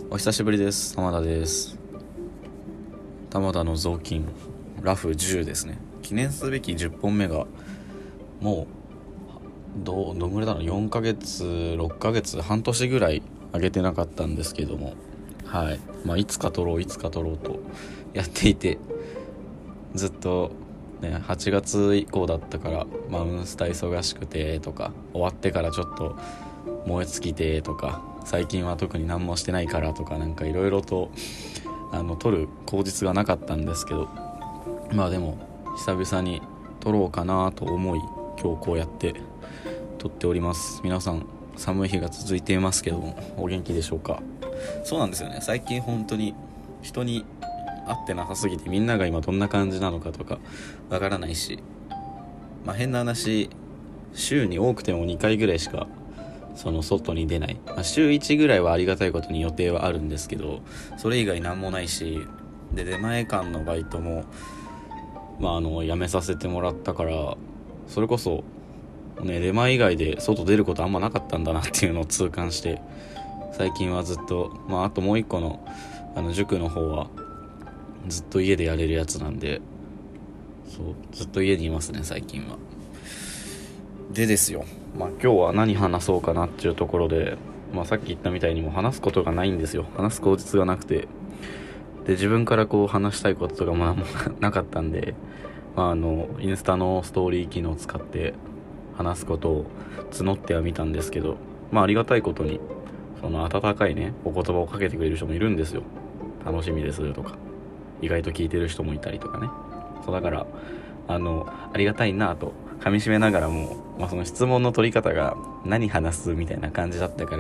お久しぶりです。玉田です。玉田の雑巾ラフ10ですね。記念すべき10本目がもうどんぐらいだろう、4ヶ月6ヶ月半年ぐらい上げてなかったんですけども、はい、いつか撮ろうとやっていて、ずっとね、8月以降だったから、ウンスタ忙しくてとか、終わってからちょっと燃え尽きてとか、最近は特に何もしてないからとか、なんかいろいろと撮る口実がなかったんですけど、でも久々に撮ろうかなと思い、今日こうやって撮っております。皆さん寒い日が続いていますけども、お元気でしょうか。そうなんですよね、最近本当に人に会ってなさすぎて、みんなが今どんな感じなのかとかわからないし、変な話、週に多くても2回ぐらいしかその外に出ない、週1ぐらいはありがたいことに予定はあるんですけど、それ以外なんもないし、で出前館のバイトも辞めさせてもらったから、それこそね、出前以外で外出ることあんまなかったんだなっていうのを痛感して、最近はずっとあともう一個の塾の方はずっと家でやれるやつなんで、ずっと家にいますね最近は。でですよ、今日は何話そうかなっていうところで、さっき言ったみたいにもう話すことがないんですよ。話す口実がなくて、で自分からこう話したいこととかもなかったんで、インスタのストーリー機能を使って話すことを募ってはみたんですけど、ありがたいことにその温かいねお言葉をかけてくれる人もいるんですよ。楽しみですとか、意外と聞いてる人もいたりとかね。そうだからありがたいなと噛み締めながらも、その質問の取り方が何話すみたいな感じだったから、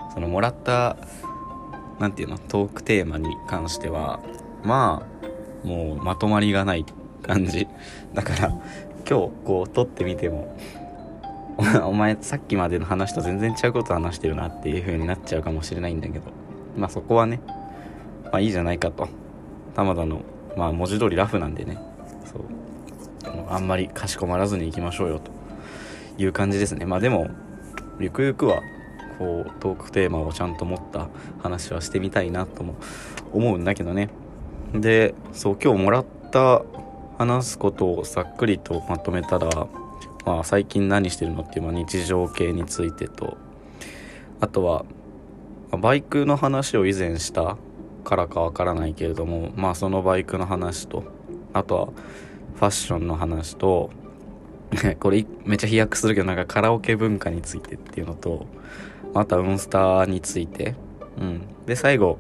そのもらったなんていうのトークテーマに関してはもうまとまりがない感じだから、今日こう撮ってみてもお前さっきまでの話と全然違うこと話してるなっていう風になっちゃうかもしれないんだけど、そこはねいいじゃないかと。玉田の文字通りラフなんでね、そうあんまりかしこまらずに行きましょうよという感じですね。でもゆくゆくはこうトークテーマをちゃんと持った話はしてみたいなとも思うんだけどね。で、今日もらった話すことをさっくりとまとめたら、最近何してるのっていう日常系についてと、あとはバイクの話を以前したからかわからないけれども、そのバイクの話と、あとはファッションの話とこれめっちゃ飛躍するけど、カラオケ文化についてっていうのと、あとはウンスタについて、で最後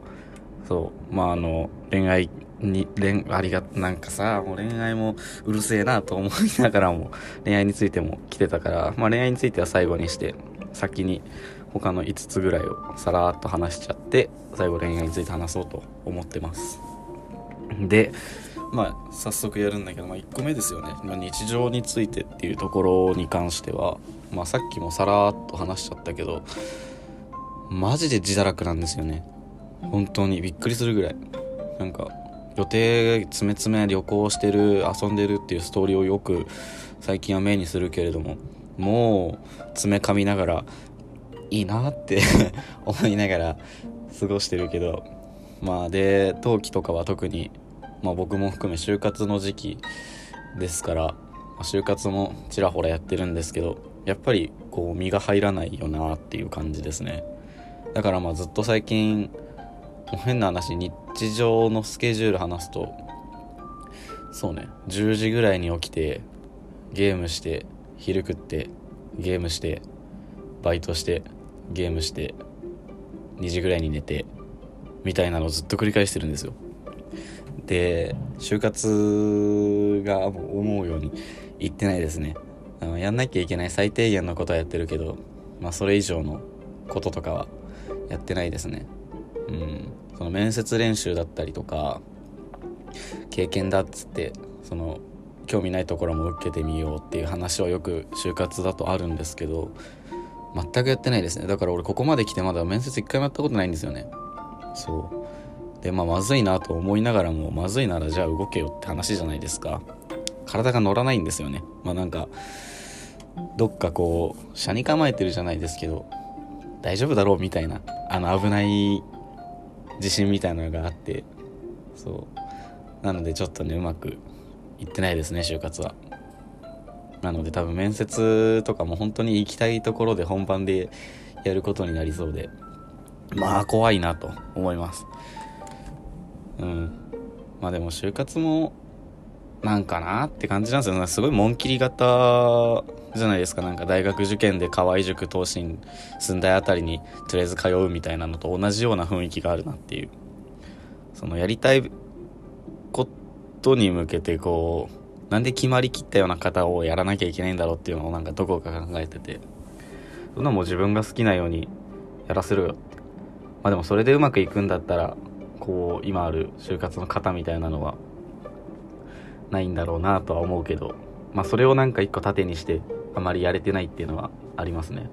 恋愛になんかさ、もう恋愛もうるせえなと思いながらも恋愛についても来てたから、恋愛については最後にして、先に他の5つぐらいをさらーっと話しちゃって、最後恋愛について話そうと思ってます。で早速やるんだけど、1個目ですよね。日常についてっていうところに関しては、さっきもさらーっと話しちゃったけど、マジで自堕落なんですよね。本当にびっくりするぐらい、なんか予定詰め旅行してる、遊んでるっていうストーリーをよく最近は目にするけれども、もう詰め噛みながらいいなって思いながら過ごしてるけど、で冬季とかは特に、僕も含め就活の時期ですから、就活もちらほらやってるんですけど、やっぱりこう身が入らないよなっていう感じですね。だからずっと最近、変な話、日常のスケジュール話すと、10時ぐらいに起きてゲームして、昼食ってゲームして、バイトしてゲームして、2時ぐらいに寝てみたいなのをずっと繰り返してるんですよ。で就活がもう思うようにいってないですね。やんなきゃいけない最低限のことはやってるけど、それ以上のこととかはやってないですね。その面接練習だったりとか、経験だっつってその興味ないところも受けてみようっていう話はよく就活だとあるんですけど、全くやってないですね。だから俺ここまで来てまだ面接一回もやったことないんですよね。でまずいなと思いながらも、まずいならじゃあ動けよって話じゃないですか。体が乗らないんですよね。なんかどっかこう斜に構えてるじゃないですけど、大丈夫だろうみたいな、危ない自信みたいなのがあって、そうなのでちょっとねうまくいってないですね、就活は。なので多分面接とかも本当に行きたいところで本番でやることになりそうで、まあ怖いなと思います。まあでも就活もなんかなって感じなんですよ。すごい紋切り型じゃないですか。なんか大学受験で河合塾東進駿台あたりにとりあえず通うみたいなのと同じような雰囲気があるなっていう、そのやりたいことに向けてこうなんで決まりきったような方をやらなきゃいけないんだろうっていうのをなんかどこか考えてて、そんなもう自分が好きなようにやらせろよって。まあでもそれでうまくいくんだったらこう今ある就活の型みたいなのはないんだろうなとは思うけど、まあそれをなんか一個盾にしてあまりやれてないっていうのはありますね。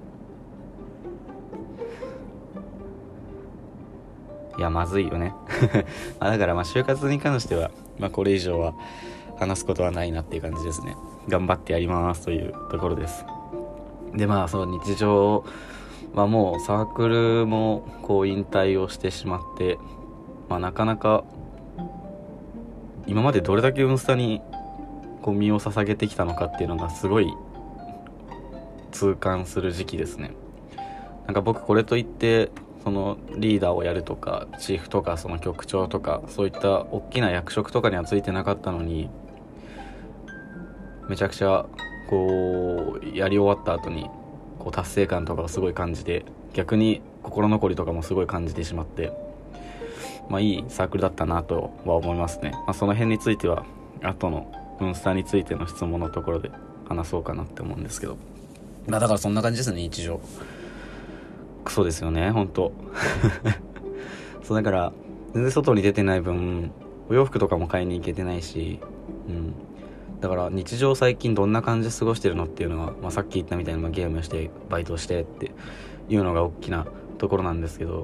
いやまずいよねだからまあ就活に関してはまあこれ以上は話すことはないなっていう感じですね。頑張ってやりますというところです。でまあその日常はもうサークルもこう引退をしてしまって、まあなかなか今までどれだけインスタにこう身を捧げてきたのかっていうのがすごい痛感する時期ですね。なんか僕これといってそのリーダーをやるとかチーフとかその局長とかそういった大きな役職とかにはついてなかったのに、めちゃくちゃこうやり終わった後にこう達成感とかをすごい感じて、逆に心残りとかもすごい感じてしまって、まあいいサークルだったなとは思いますね。まあその辺については後のインスタについての質問のところで話そうかなって思うんですけど、まあだからそんな感じですね。日常クソですよね本当そうだから全然外に出てない分お洋服とかも買いに行けてないし、だから日常最近どんな感じで過ごしてるのっていうのは、まあ、さっき言ったみたいにゲームしてバイトしてっていうのが大きなところなんですけど、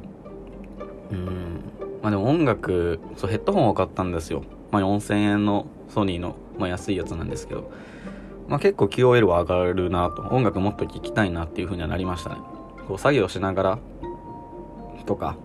まあでも音楽ヘッドホンを買ったんですよ。まあ4000円のソニーの、まあ、安いやつなんですけど、まあ結構 QOL は上がるなと、音楽もっと聴きたいなっていう風にはなりましたね。こう作業しながらとか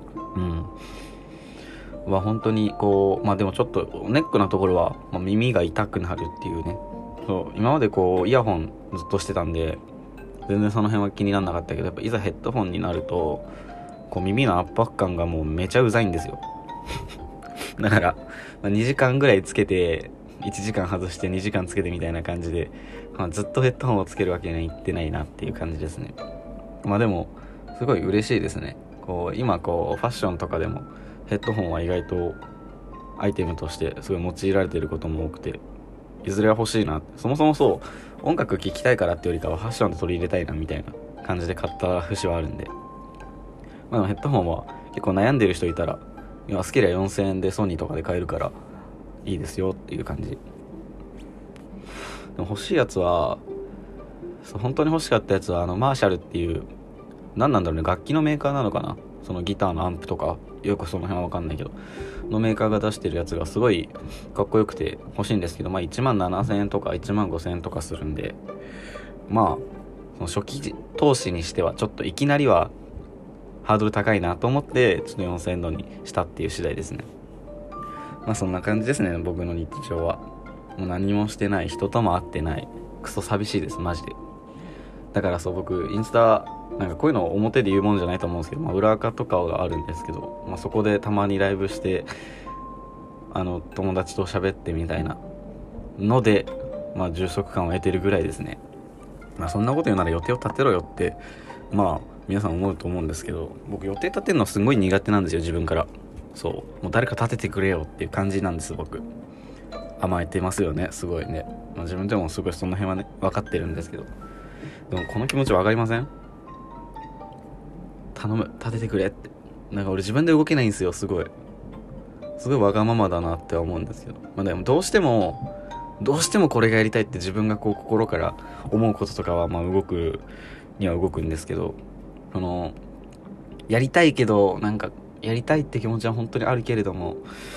は本当にこう、まあでもちょっとネックなところは、まあ、耳が痛くなるっていうね。そう今までこうイヤホンずっとしてたんで全然その辺は気にならなかったけど、やっぱいざヘッドホンになるとこう耳の圧迫感がもうめちゃうざいんですよだから、まあ、2時間ぐらいつけて1時間外して2時間つけてみたいな感じで、まあ、ずっとヘッドホンをつけるわけにはいってないなっていう感じですね。まあでもすごい嬉しいですね。こう今こうファッションとかでもヘッドホンは意外とアイテムとしてすごい用いられていることも多くて、いずれは欲しいなって。そもそもそう音楽聴きたいからってよりかはファッションで取り入れたいなみたいな感じで買った節はあるんで、まあでもヘッドホンは結構悩んでる人いたら安ければ4000円でソニーとかで買えるからいいですよっていう感じ。でも欲しいやつは本当に欲しかったやつはマーシャルっていう何なんだろうね、楽器のメーカーなのかな、そのギターのアンプとかよくその辺は分かんないけどのメーカーが出してるやつがすごいかっこよくて欲しいんですけど、まあ1万7000円とか1万5000円とかするんで、まあその初期投資にしてはちょっといきなりはハードル高いなと思ってちょっと4000円度にしたっていう次第ですね。まあそんな感じですね僕の日常は。もう何もしてない、人とも会ってない、クソ寂しいですマジで。だから僕インスタなんかこういうの表で言うもんじゃないと思うんですけど、まあ、裏垢とかがあるんですけど、まあ、そこでたまにライブして友達と喋ってみたいなので、まあ充足感を得てるぐらいですね。まあそんなこと言うなら予定を立てろよってまあ皆さん思うと思うんですけど、僕予定立てるのすごい苦手なんですよ自分から。もう誰か立ててくれよっていう感じなんです。僕甘えてますよねすごいね。まあ、自分でもすごいその辺はね分かってるんですけど、でもこの気持ち分かりません？頼む立ててくれって。なんか俺自分で動けないんですよ。すごいわがままだなって思うんですけど、まあでもどうしてもこれがやりたいって自分がこう心から思うこととかはまあ動くには動くんですけど、やりたいけどなんかやりたいって気持ちは本当にあるけれども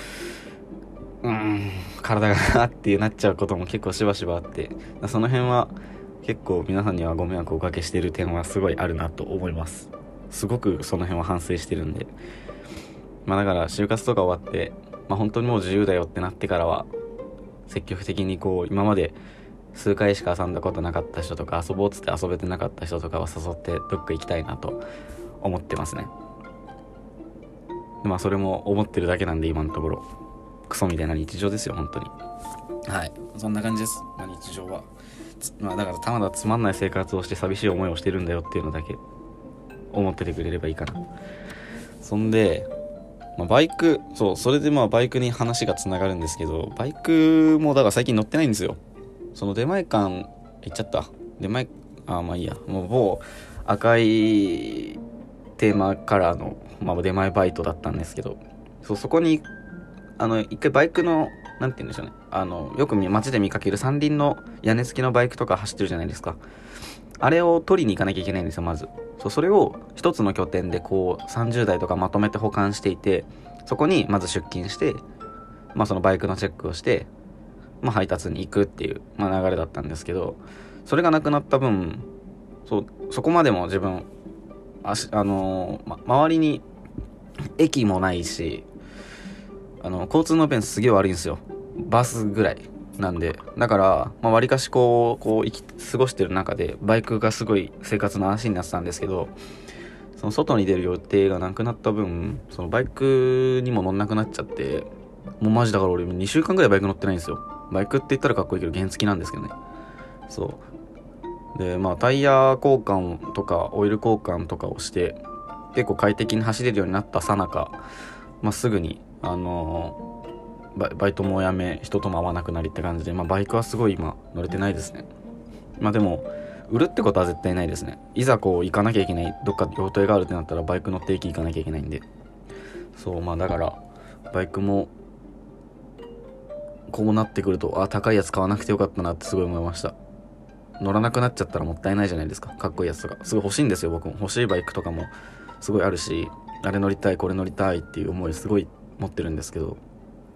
体がってなっちゃうことも結構しばしばあって、その辺は結構皆さんにはご迷惑をおかけしている点はすごいあるなと思います。すごくその辺は反省してるんで、 だから就活とか終わって、本当にもう自由だよってなってからは積極的にこう今まで数回しか遊んだことなかった人とか、遊ぼうっつって遊べてなかった人とかを誘ってどっか行きたいなと思ってますね。それも思ってるだけなんで、今のところクソみたいな日常ですよ本当に。はい、そんな感じです。日常はだからただつまんない生活をして寂しい思いをしてるんだよっていうのだけ思っててくれればいいかな。そんで、バイク、それでバイクに話がつながるんですけど、バイクもだから最近乗ってないんですよ。その出前館行っちゃった。いいや、もう某赤いテーマカラーの、出前バイトだったんですけど、そこに一回バイクのなんて言うんでしょうね、よく街で見かける三輪の屋根付きのバイクとか走ってるじゃないですか。あれを取りに行かなきゃいけないんですよ。まずそれを一つの拠点でこう30台とかまとめて保管していて、そこにまず出勤して、そのバイクのチェックをして、配達に行くっていう、流れだったんですけど、それがなくなった分、そこまでも自分周りに駅もないし、交通の便すげえ悪いんですよ。バスぐらいなんで、だからわりかしこう過ごしてる中でバイクがすごい生活の足になってたんですけど、その外に出る予定がなくなった分、そのバイクにも乗んなくなっちゃって、もうマジだから俺2週間ぐらいバイク乗ってないんですよ。バイクって言ったらかっこいいけど原付なんですけどね。でタイヤ交換とかオイル交換とかをして結構快適に走れるようになったさなか、すぐにバイトも辞め、人とも会わなくなりって感じで、バイクはすごい今乗れてないですね。でも売るってことは絶対ないですね。いざこう行かなきゃいけない、どっか予定があるってなったらバイク乗って駅行かなきゃいけないんで、だからバイクもこうなってくると、高いやつ買わなくてよかったなってすごい思いました。乗らなくなっちゃったらもったいないじゃないですか。かっこいいやつとかすごい欲しいんですよ。僕も欲しいバイクとかもすごいあるし、あれ乗りたいこれ乗りたいっていう思いすごい持ってるんですけど、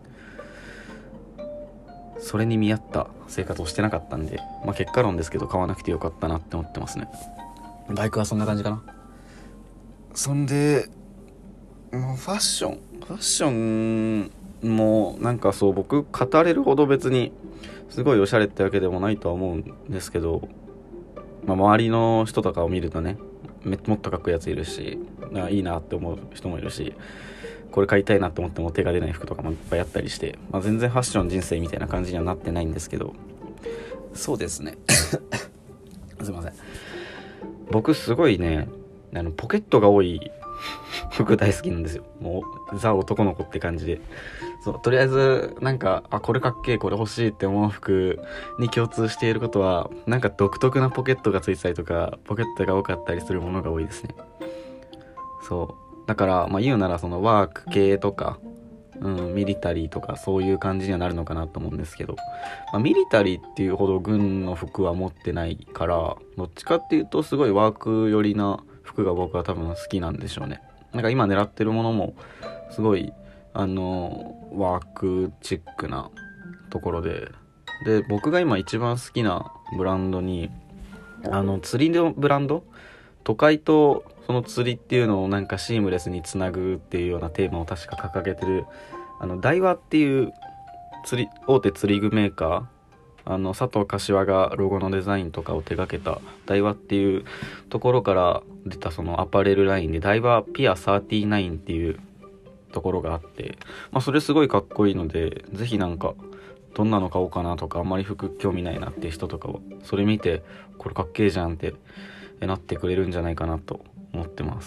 それに見合った生活をしてなかったんで、結果論ですけど買わなくてよかったなって思ってますね。バイクはそんな感じかな。そんでファッションも僕語れるほど別にすごいおしゃれってわけでもないとは思うんですけど、周りの人とかを見るとね、もっとかっこいいやついるし、いいなって思う人もいるし、これ買いたいなって思っても手が出ない服とかもいっぱいあったりして、全然ファッション人生みたいな感じにはなってないんですけど、そうですねすいません、僕すごいねポケットが多い服大好きなんですよ。もうザ男の子って感じで、とりあえずこれかっけえこれ欲しいって思う服に共通していることは、独特なポケットがついてたりとかポケットが多かったりするものが多いですね。だから言うならそのワーク系とか、ミリタリーとかそういう感じにはなるのかなと思うんですけど、ミリタリーっていうほど軍の服は持ってないから、どっちかっていうとすごいワーク寄りな服が僕は多分好きなんでしょうね。今狙ってるものもすごいワークチックなところで、僕が今一番好きなブランドに釣りのブランド、都会とその釣りっていうのをシームレスにつなぐっていうようなテーマを確か掲げてる大和っていう大手釣り具メーカー、佐藤柏がロゴのデザインとかを手掛けた大和っていうところから出たそのアパレルラインで、大和ピア39っていうところがあって、それすごいかっこいいので、ぜひどんなの買おうかなとか、あんまり服興味ないなっていう人とかはそれ見てこれかっけえじゃんってなってくれるんじゃないかなと思ってます。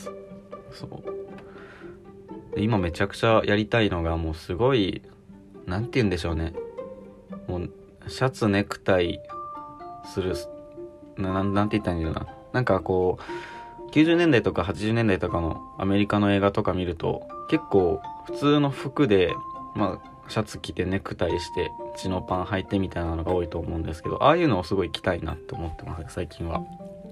で今めちゃくちゃやりたいのが、もうすごいなんて言うんでしょうね、もうシャツネクタイするなんて言ったらいいんだろうな、90年代とか80年代とかのアメリカの映画とか見ると、結構普通の服でシャツ着てネクタイしてチノパン履いてみたいなのが多いと思うんですけど、ああいうのをすごい着たいなって思ってます最近は。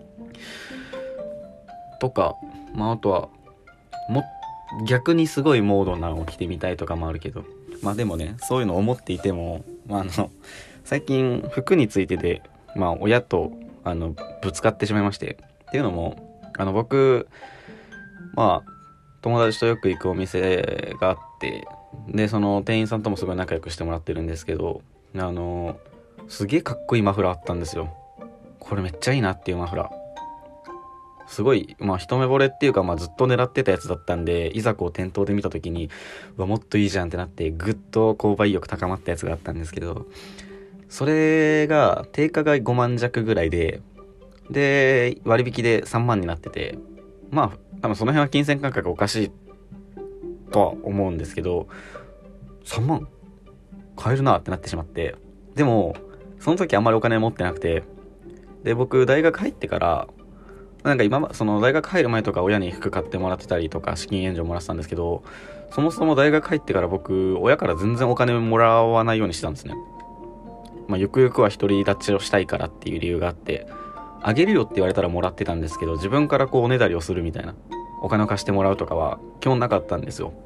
とかあとは逆にすごいモードなのを着てみたいとかもあるけど、でもね、そういうのを思っていても、最近服についてで親とぶつかってしまいまして、っていうのも僕友達とよく行くお店があって、でその店員さんともすごい仲良くしてもらってるんですけど、すげえかっこいいマフラーあったんですよ。これめっちゃいいなっていうマフラー、すごい一目惚れっていうか、ずっと狙ってたやつだったんで、いざこう店頭で見た時にもっといいじゃんってなって、ぐっと購買意欲高まったやつがあったんですけど、それが定価が5万弱ぐらいで割引で3万になってて、多分その辺は金銭感覚おかしいとは思うんですけど、3万買えるなってなってしまって、でもその時あんまりお金持ってなくて、で僕大学入ってからその大学入る前とか親に服買ってもらってたりとか資金援助もらってたんですけど、そもそも大学入ってから僕親から全然お金もらわないようにしてたんですね。ゆくゆくは独り立ちをしたいからっていう理由があって、あげるよって言われたらもらってたんですけど、自分からこうおねだりをするみたいな、お金を貸してもらうとかは基本なかったんですよ。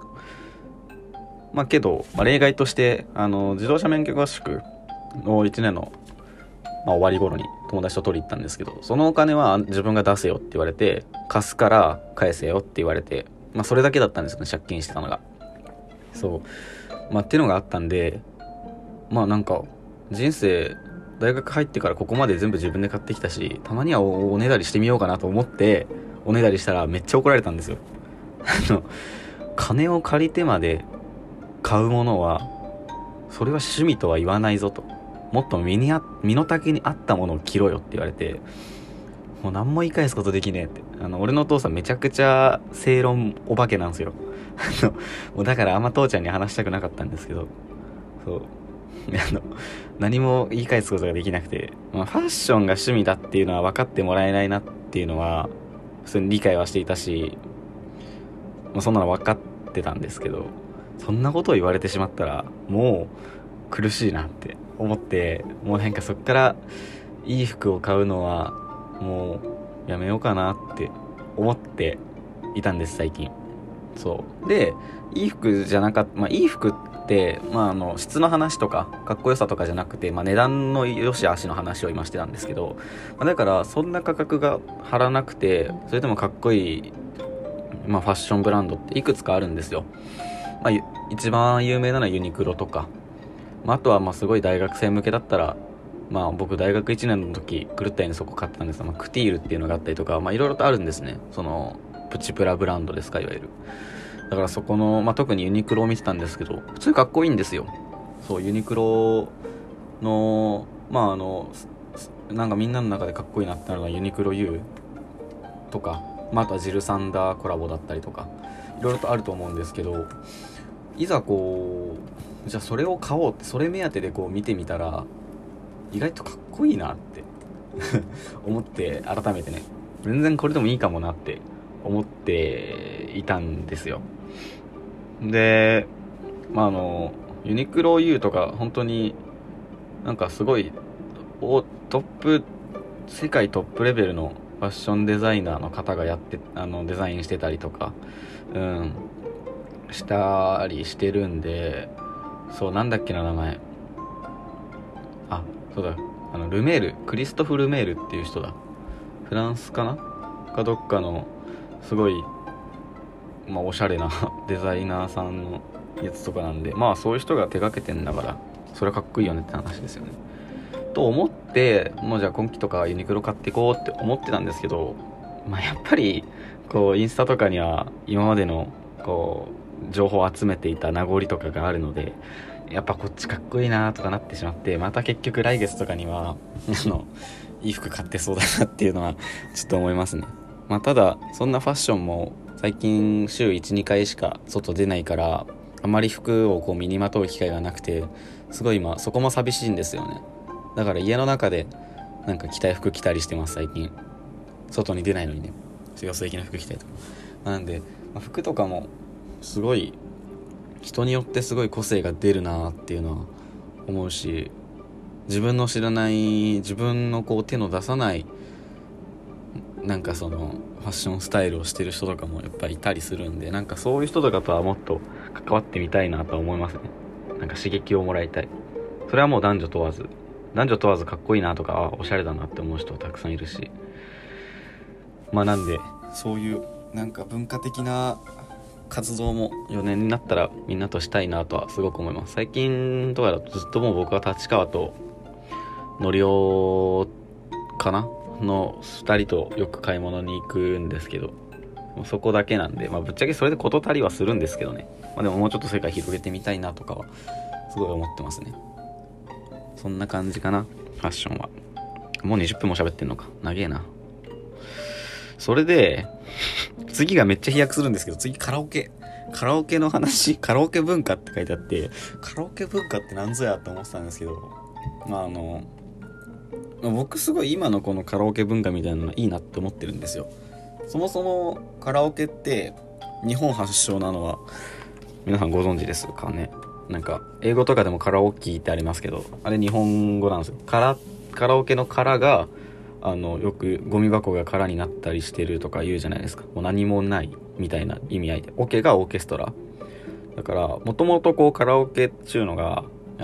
けど、例外として自動車免許合宿の1年の、終わり頃に友達と取り行ったんですけど、そのお金は自分が出せよって言われて、貸すから返せよって言われて、それだけだったんですよね、借金してたのが。そうっていうのがあったんで、人生大学入ってからここまで全部自分で買ってきたし、たまにはおねだりしてみようかなと思っておねだりしたらめっちゃ怒られたんですよ。金を借りてまで買うものはそれは趣味とは言わないぞと、もっと身の丈に合ったものを着ろよって言われて、もう何も言い返すことできねえって。俺のお父さんめちゃくちゃ正論お化けなんですよ。もうだからあんま父ちゃんに話したくなかったんですけど、そう何も言い返すことができなくて、ファッションが趣味だっていうのは分かってもらえないなっていうのは普通に理解はしていたし、そんなの分かってたんですけど、そんなことを言われてしまったらもう苦しいなって思って、もうそっからいい服を買うのはもうやめようかなって思っていたんです最近。そうで、いい服じゃなかった、いい服って質の話とかかっこよさとかじゃなくて、値段の良し悪しの話を今してたんですけど、だからそんな価格が張らなくて、それでもかっこいいファッションブランドっていくつかあるんですよ。一番有名なのはユニクロとか、あとはすごい大学生向けだったら、僕大学1年の時狂ったようにそこ買ってたんですが、クティールっていうのがあったりとか、いろいろとあるんですね。そのプチプラブランドですか、いわゆる。だからそこの、特にユニクロを見てたんですけど、普通にかっこいいんですよ。そう、ユニクロのみんなの中でかっこいいなってなるのはユニクロ U とか、あとはジルサンダーコラボだったりとか、いろいろとあると思うんですけど、いざじゃあそれを買おうって、それ目当てで見てみたら意外とかっこいいなって思って、改めてね、全然これでもいいかもなって思っていたんですよ。でユニクロ U とか本当にすごい世界トップレベルのファッションデザイナーの方がやってデザインしてたりとかしたりしてるんで、そう、なんだっけな名前、そうだ、ルメール、クリストフ・ルメールっていう人だ。フランスかなかどっかのすごいおしゃれなデザイナーさんのやつとかなんで、そういう人が手がけてんだからそれはかっこいいよねって話ですよねと思って、もうじゃあ今期とかユニクロ買っていこうって思ってたんですけど、やっぱりインスタとかには今までの情報を集めていた名残とかがあるので、やっぱこっちかっこいいなとかなってしまって、また結局来月とかにはいい服買ってそうだなっていうのはちょっと思いますね。ただそんなファッションも最近週 1,2 回しか外出ないから、あまり服を身にまとう機会がなくて、すごい今そこも寂しいんですよね。だから家の中で着たい服着たりしてます最近。外に出ないのにね、よそ行きの服着たりとか、なんで、服とかもすごい人によってすごい個性が出るなっていうのは思うし、自分の知らない、自分の手の出さないそのファッションスタイルをしてる人とかもやっぱりいたりするんで、そういう人とかとはもっと関わってみたいなとは思いますね。刺激をもらいたい。それはもう男女問わずかっこいいなとかおしゃれだなって思う人はたくさんいるし、なんでそういうなんか文化的な活動も4年になったらみんなとしたいなとはすごく思います。最近とかだとずっともう僕は立川とのりおかなの2人とよく買い物に行くんですけど、そこだけなんで、ぶっちゃけそれで事足りはするんですけどね、でももうちょっと世界広げてみたいなとかはすごい思ってますね。そんな感じかな、ファッションは。もう20分も喋ってんのか、長えな。それで次がめっちゃ飛躍するんですけど、次カラオケの話、カラオケ文化って書いてあって、カラオケ文化ってなんぞやと思ってたんですけど、僕すごい今のこのカラオケ文化みたいなのいいなって思ってるんですよ。そもそもカラオケって日本発祥なのは皆さんご存知ですかね。なんか英語とかでもカラオケってありますけど、あれ日本語なんですよ。カラオケの空がよくゴミ箱が空になったりしてるとか言うじゃないですか。もう何もないみたいな意味合いで、オケがオーケストラだから、もともとこうカラオケっていうのが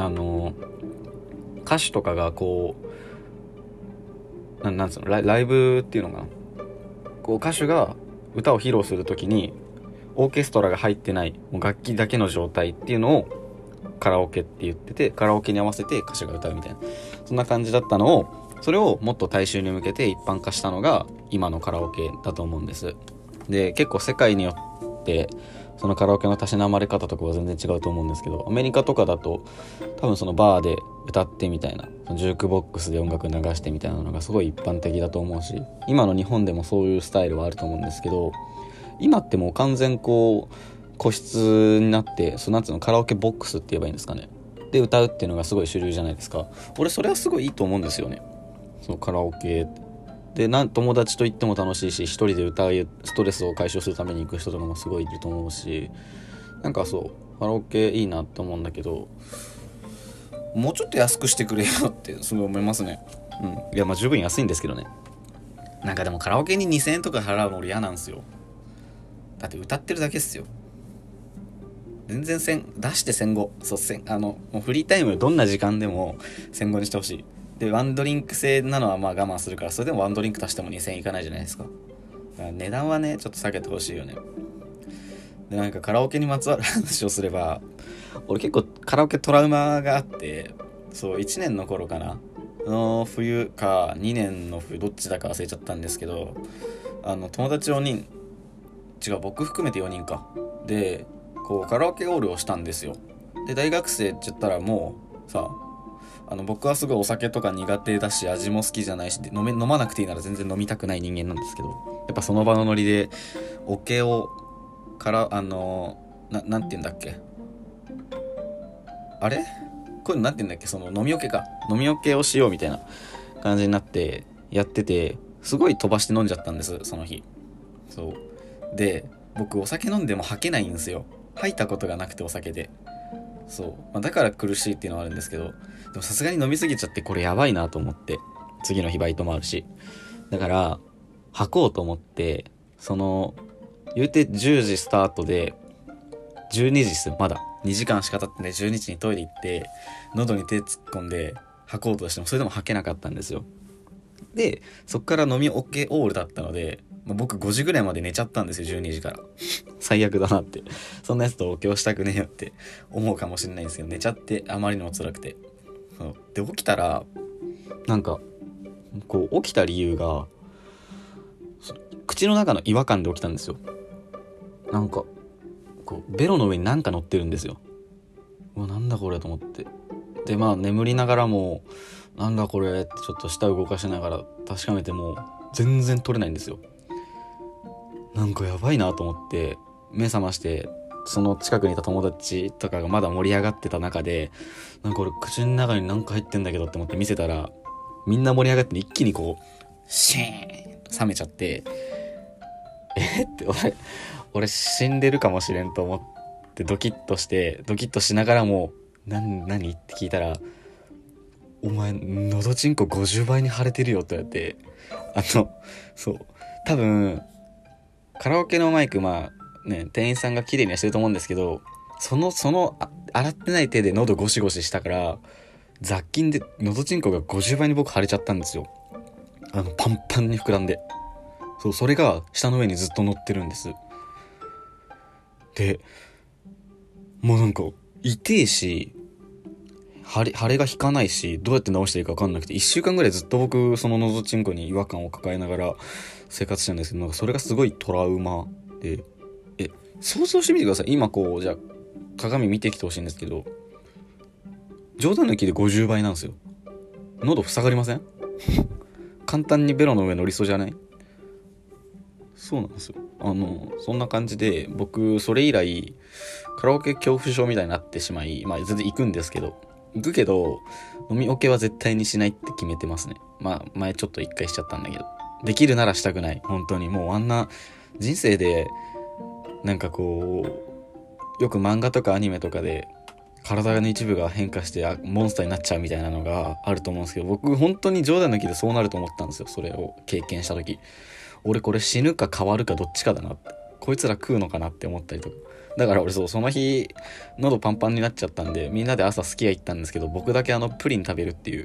歌手とかがこうなんつうの、ライブっていうのかな、こう歌手が歌を披露するときにオーケストラが入ってない、もう楽器だけの状態っていうのをカラオケって言ってて、カラオケに合わせて歌手が歌うみたいな、そんな感じだったのを、それをもっと大衆に向けて一般化したのが今のカラオケだと思うんです。で、結構世界によってそのカラオケのたしなまれ方とかは全然違うと思うんですけど、アメリカとかだと多分そのバーで歌ってみたいな、ジュークボックスで音楽流してみたいなのがすごい一般的だと思うし、今の日本でもそういうスタイルはあると思うんですけど、今ってもう完全こう個室になって、なんつうの、カラオケボックスって言えばいいんですかね、で歌うっていうのがすごい主流じゃないですか。俺それはすごいいいと思うんですよね。そのカラオケで友達と行っても楽しいし、一人で歌うストレスを解消するために行く人とかもすごいいると思うし、なんかそうカラオケいいなって思うんだけど、もうちょっと安くしてくれよってすごい思いますね。いや十分安いんですけどね。なんかでもカラオケに2000円とか払うの俺嫌なんですよ。だって歌ってるだけっすよ。全然出して1500、もうフリータイムどんな時間でも1500にしてほしい。でワンドリンク制なのは我慢するから、それでもワンドリンク足しても2000円いかないじゃないですか。だから値段はねちょっと下げてほしいよね。で、なんかカラオケにまつわる話をすれば、俺結構カラオケトラウマがあって、1年の頃かなの冬か2年の冬、どっちだか忘れちゃったんですけど、友達4人、僕含めて4人かでこうカラオケオールをしたんですよ。で大学生って言ったらもうさ、僕はすごいお酒とか苦手だし味も好きじゃないし、飲まなくていいなら全然飲みたくない人間なんですけど、やっぱその場のノリでオケをなんて言うんだっけ、あれこういうのなんて言うんだっけ、その飲みオケをしようみたいな感じになってやってて、すごい飛ばして飲んじゃったんです、その日。で僕お酒飲んでも吐けないんですよ。吐いたことがなくて、お酒で。だから苦しいっていうのはあるんですけど、でもさすがに飲みすぎちゃってこれやばいなと思って、次の日バイトもあるし、だから吐こうと思って、言うて10時スタートで12時ですよ。まだ2時間しか経ってね、12時にトイレ行って喉に手突っ込んで吐こうとしてもそれでも吐けなかったんですよ。でそっから飲みオケオールだったので、僕5時ぐらいまで寝ちゃったんですよ、12時から最悪だなって、そんなやつとオケをしたくねえよって思うかもしれないんですけど、寝ちゃって、あまりにも辛くて。で起きたら、なんかこう起きた理由が口の中の違和感で起きたんですよ。なんかこうベロの上になんか乗ってるんですよ。なんだこれと思って、で眠りながらもなんだこれってちょっと舌動かしながら確かめても全然取れないんですよ。なんかやばいなと思って目覚まして、その近くにいた友達とかがまだ盛り上がってた中で、なんか俺口の中になんか入ってんだけどって思って見せたら、みんな盛り上がって一気にこうシーンと冷めちゃって、って俺死んでるかもしれんと思ってドキッとしながらも何って聞いたら、お前喉チンコ50倍に腫れてるよって言われて、多分カラオケのマイク店員さんが綺麗にはしてると思うんですけど、洗ってない手で喉ゴシゴシしたから雑菌で喉チンコが50倍に僕腫れちゃったんですよ。パンパンに膨らんで。 そう、それが舌の上にずっと乗ってるんです。でもうなんか痛えし、腫れが引かないし、どうやって治していいか分かんなくて、1週間ぐらいずっと僕そののどちんこに違和感を抱えながら生活したんですけど、なんかそれがすごいトラウマで、想像してみてください。今こうじゃあ鏡見てきてほしいんですけど、冗談抜きで50倍なんですよ。喉塞がりません？簡単にベロの上乗りそうじゃない？そうなんですよ。そんな感じで、僕それ以来カラオケ恐怖症みたいになってしまい、まあ全然行くんですけど、飲みオケは絶対にしないって決めてますね。まあ前ちょっと一回しちゃったんだけど、できるならしたくない。本当にもうあんな人生で、なんかこうよく漫画とかアニメとかで体の一部が変化してモンスターになっちゃうみたいなのがあると思うんですけど、僕本当に冗談抜きでそうなると思ったんですよ。それを経験した時、俺これ死ぬか変わるかどっちかだなって、こいつら食うのかなって思ったりとか。だから俺その日喉パンパンになっちゃったんで、みんなで朝すき家行ったんですけど、僕だけプリン食べるっていう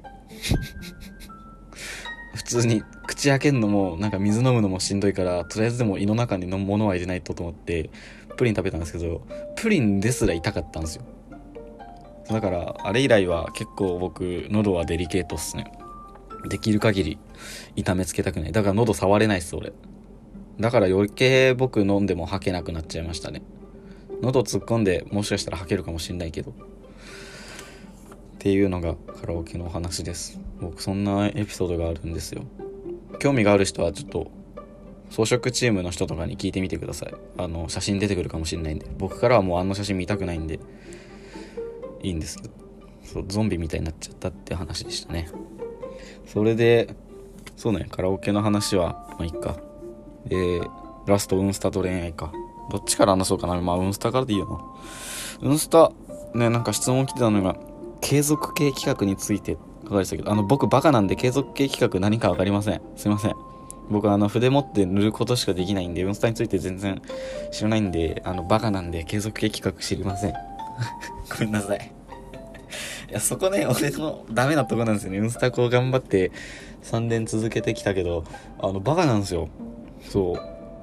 普通に口開けんのもなんか水飲むのもしんどいから、とりあえずでも胃の中に飲むものは入れないと思ってプリン食べたんですけど、プリンですら痛かったんですよ。だからあれ以来は結構僕喉はデリケートっすね。できる限り痛めつけたくない。だから喉触れないっす俺。だから余計僕飲んでも吐けなくなっちゃいましたね。喉突っ込んでもしかしたら吐けるかもしんないけどっていうのがカラオケのお話です。僕そんなエピソードがあるんですよ。興味がある人はちょっと装飾チームの人とかに聞いてみてください。写真出てくるかもしれないんで。僕からはもう写真見たくないんでいいんですけど、そうゾンビみたいになっちゃったって話でしたね。それでそうね、カラオケの話はまあいいか。ラストウンスタと恋愛か、どっちから話そうかな。まあウンスタからでいいよな。ウンスタね、なんか質問来てたのが継続系企画について書かれてたけど、僕バカなんで継続系企画何か分かりません。すいません。僕筆持って塗ることしかできないんで、ウンスタについて全然知らないんで、バカなんで継続系企画知りませんごめんなさい。いや、そこね、俺のダメなとこなんですよね。ウンスタこう頑張って3年続けてきたけど、バカなんですよ。そう。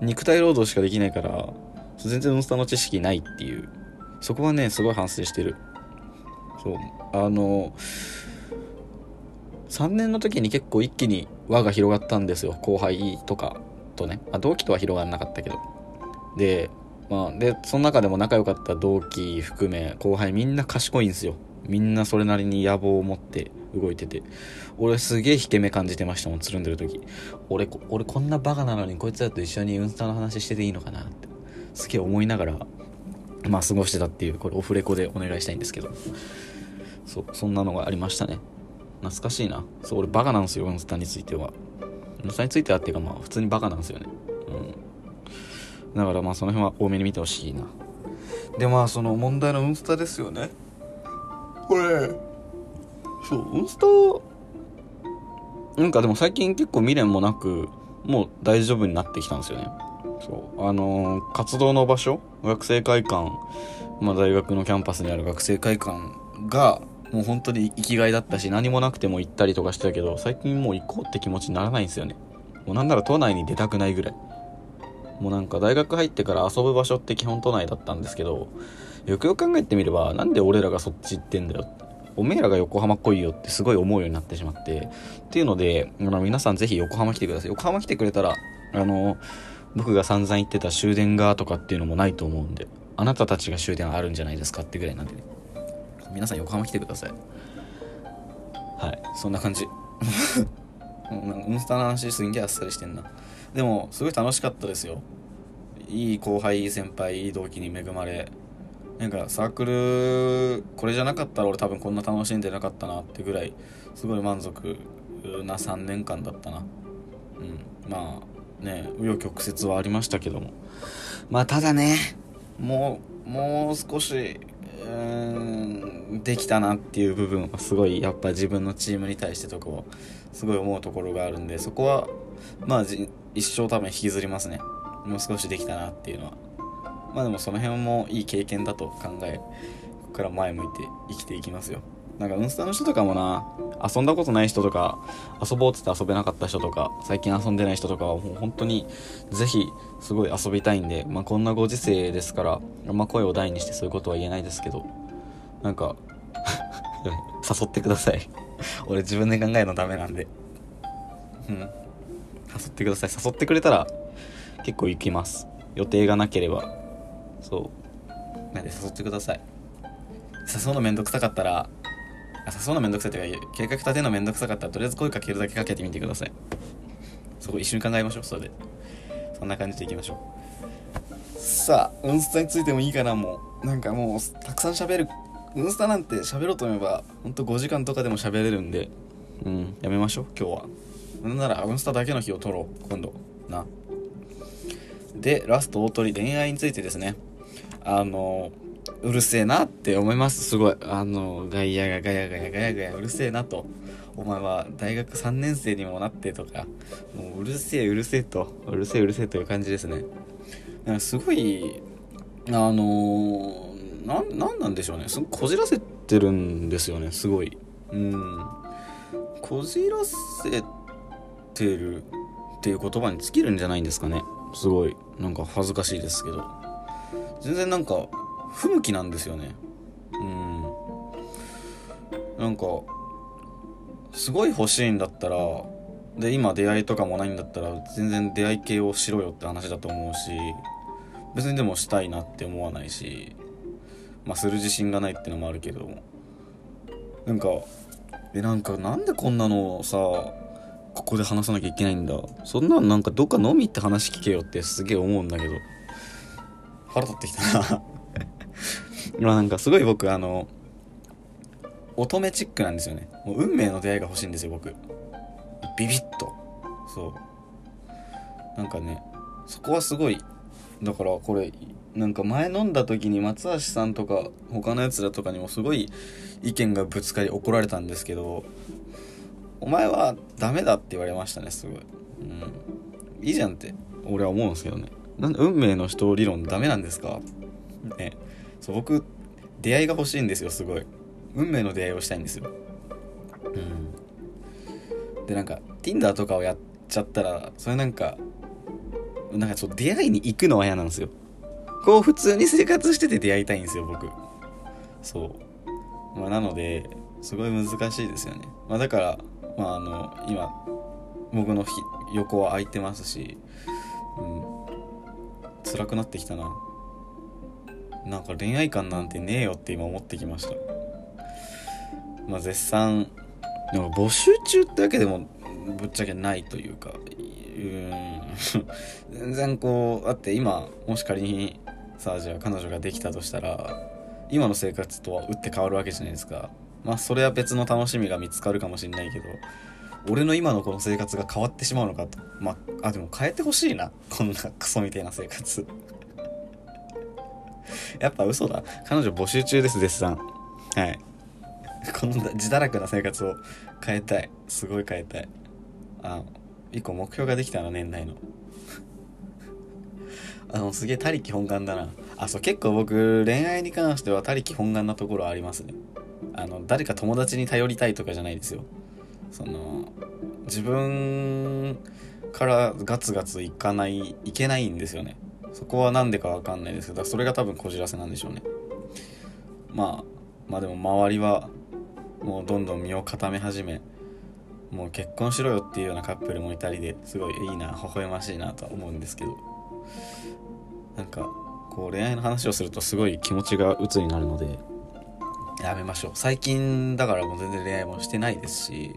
肉体労働しかできないから、全然ウンスタの知識ないっていう。そこはね、すごい反省してる。そう。3年の時に結構一気に輪が広がったんですよ。後輩とかとね。同期とは広がらなかったけど。で、その中でも仲良かった同期含め後輩みんな賢いんですよ。みんなそれなりに野望を持って動いてて、俺すげえ引け目感じてましたもん。つるんでる時、俺こんなバカなのにこいつらと一緒にウンスタの話してていいのかなってすげえ思いながら過ごしてたっていう、これオフレコでお願いしたいんですけど、そんなのがありましたね。懐かしいな。そう、俺バカなんですよ、ウンスタについては。ウンスタについてはっていうか普通にバカなんですよね。だからその辺は多めに見てほしいな。でその問題のウンスタですよね。これウンスタなんかでも最近結構未練もなくもう大丈夫になってきたんですよね。活動の場所、学生会館、大学のキャンパスにある学生会館がもう本当に生きがいだったし、何もなくても行ったりとかしてたけど、最近もう行こうって気持ちにならないんですよね。もうなんなら都内に出たくないぐらい。もうなんか大学入ってから遊ぶ場所って基本都内だったんですけど、よくよく考えてみればなんで俺らがそっち行ってんだよって、おめえらが横浜来いよってすごい思うようになってしまって、っていうので皆さんぜひ横浜来てください。横浜来てくれたら僕が散々言ってた終電がとかっていうのもないと思うんで、あなたたちが終電あるんじゃないですかってぐらいなんでね、皆さん横浜来てください。はい、そんな感じウンスタの話すんげえあっさりしてんな。でもすごい楽しかったですよ。いい後輩、いい先輩、いい同期に恵まれ、なんかサークルこれじゃなかったら俺多分こんな楽しんでなかったなってぐらいすごい満足な3年間だったな。紆余曲折はありましたけども、ただね、もう少しできたなっていう部分はすごいやっぱ自分のチームに対してすごい思うところがあるんで、そこは一生多分引きずりますね。もう少しできたなっていうのは。でもその辺もいい経験だと考え、ここから前向いて生きていきますよ。 なんかウンスタの人とかもな、遊んだことない人とか、遊ぼうって言って遊べなかった人とか、最近遊んでない人とかはもう本当にぜひすごい遊びたいんで、こんなご時世ですから、声を大にしてそういうことは言えないですけど、なんか誘ってください俺自分で考えるのダメなんで、誘ってください。誘ってくれたら結構行きます。予定がなければ。そうなんで誘ってください。誘うのめんどくさかったら、誘うのめんどくさいというか、計画立てるのめんどくさかったら、とりあえず声かけるだけかけてみてください。そこ一緒に考えましょう。それでそんな感じでいきましょう。さあ、ウンスタについてもいいかな。もうなんかもうたくさん喋る。ウンスタなんて喋ろうと思えばほんと5時間とかでも喋れるんで、やめましょう今日は。なんならウンスタだけの日を取ろう今度な。でラスト大鳥、恋愛についてですね。うるせえなって思います。すごいガヤがガヤガヤガヤガヤうるせえなと。お前は大学3年生にもなってとか、もううるせえうるせえと、うるせえうるせえという感じですね。なんかすごいなんでしょうね。すごいこじらせてるんですよね。すごいこじらせてるっていう言葉に尽きるんじゃないんですかね。すごいなんか恥ずかしいですけど、全然なんか不向きなんですよね。なんかすごい欲しいんだったら、で今出会いとかもないんだったら全然出会い系をしろよって話だと思うし、別にでもしたいなって思わないし、する自信がないってのもあるけど、なんでこんなのさここで話さなきゃいけないんだ。そんなんなんかどっか飲みって話聞けよってすげえ思うんだけど、腹立ってきたななんかすごい僕乙女チックなんですよね。もう運命の出会いが欲しいんですよ僕。ビビッと。そうなんかね、そこはすごい。だからこれなんか前飲んだ時に松橋さんとか他のやつらとかにもすごい意見がぶつかり怒られたんですけど、お前はダメだって言われましたね。すごい、いいじゃんって俺は思うんですけどね。なんで運命の人理論ダメなんですかね。そう僕出会いが欲しいんですよ。すごい運命の出会いをしたいんですよ。でなんか Tinder とかをやっちゃったら、それなんか出会いに行くのは嫌なんですよ。こう普通に生活してて出会いたいんですよ僕。なのですごい難しいですよね。だから今僕の横は空いてますし、辛くなってきたな。なんか恋愛観なんてねえよって今思ってきました。絶賛でも募集中ってわけでもぶっちゃけないというか、全然だって今もし仮にさ、じゃあ彼女ができたとしたら今の生活とは打って変わるわけじゃないですか。それは別の楽しみが見つかるかもしれないけど、俺の今のこの生活が変わってしまうのかと。でも変えてほしいな、こんなクソみたいな生活やっぱ嘘だ。彼女募集中です、絶賛。はい、こんな自堕落な生活を変えたい。すごい変えたい。一個目標ができたの、年内のすげえ他力本願だな。結構僕恋愛に関しては他力本願なところはありますね。誰か友達に頼りたいとかじゃないですよ。自分からガツガツいけないんですよね。そこはなんでかわかんないですけど、それが多分こじらせなんでしょうね。でも周りはもうどんどん身を固め始め、もう結婚しろよっていうようなカップルもいたりで、すごいいいな、微笑ましいなとは思うんですけど、なんか恋愛の話をするとすごい気持ちが鬱になるのでやめましょう。最近だからもう全然恋愛もしてないですし、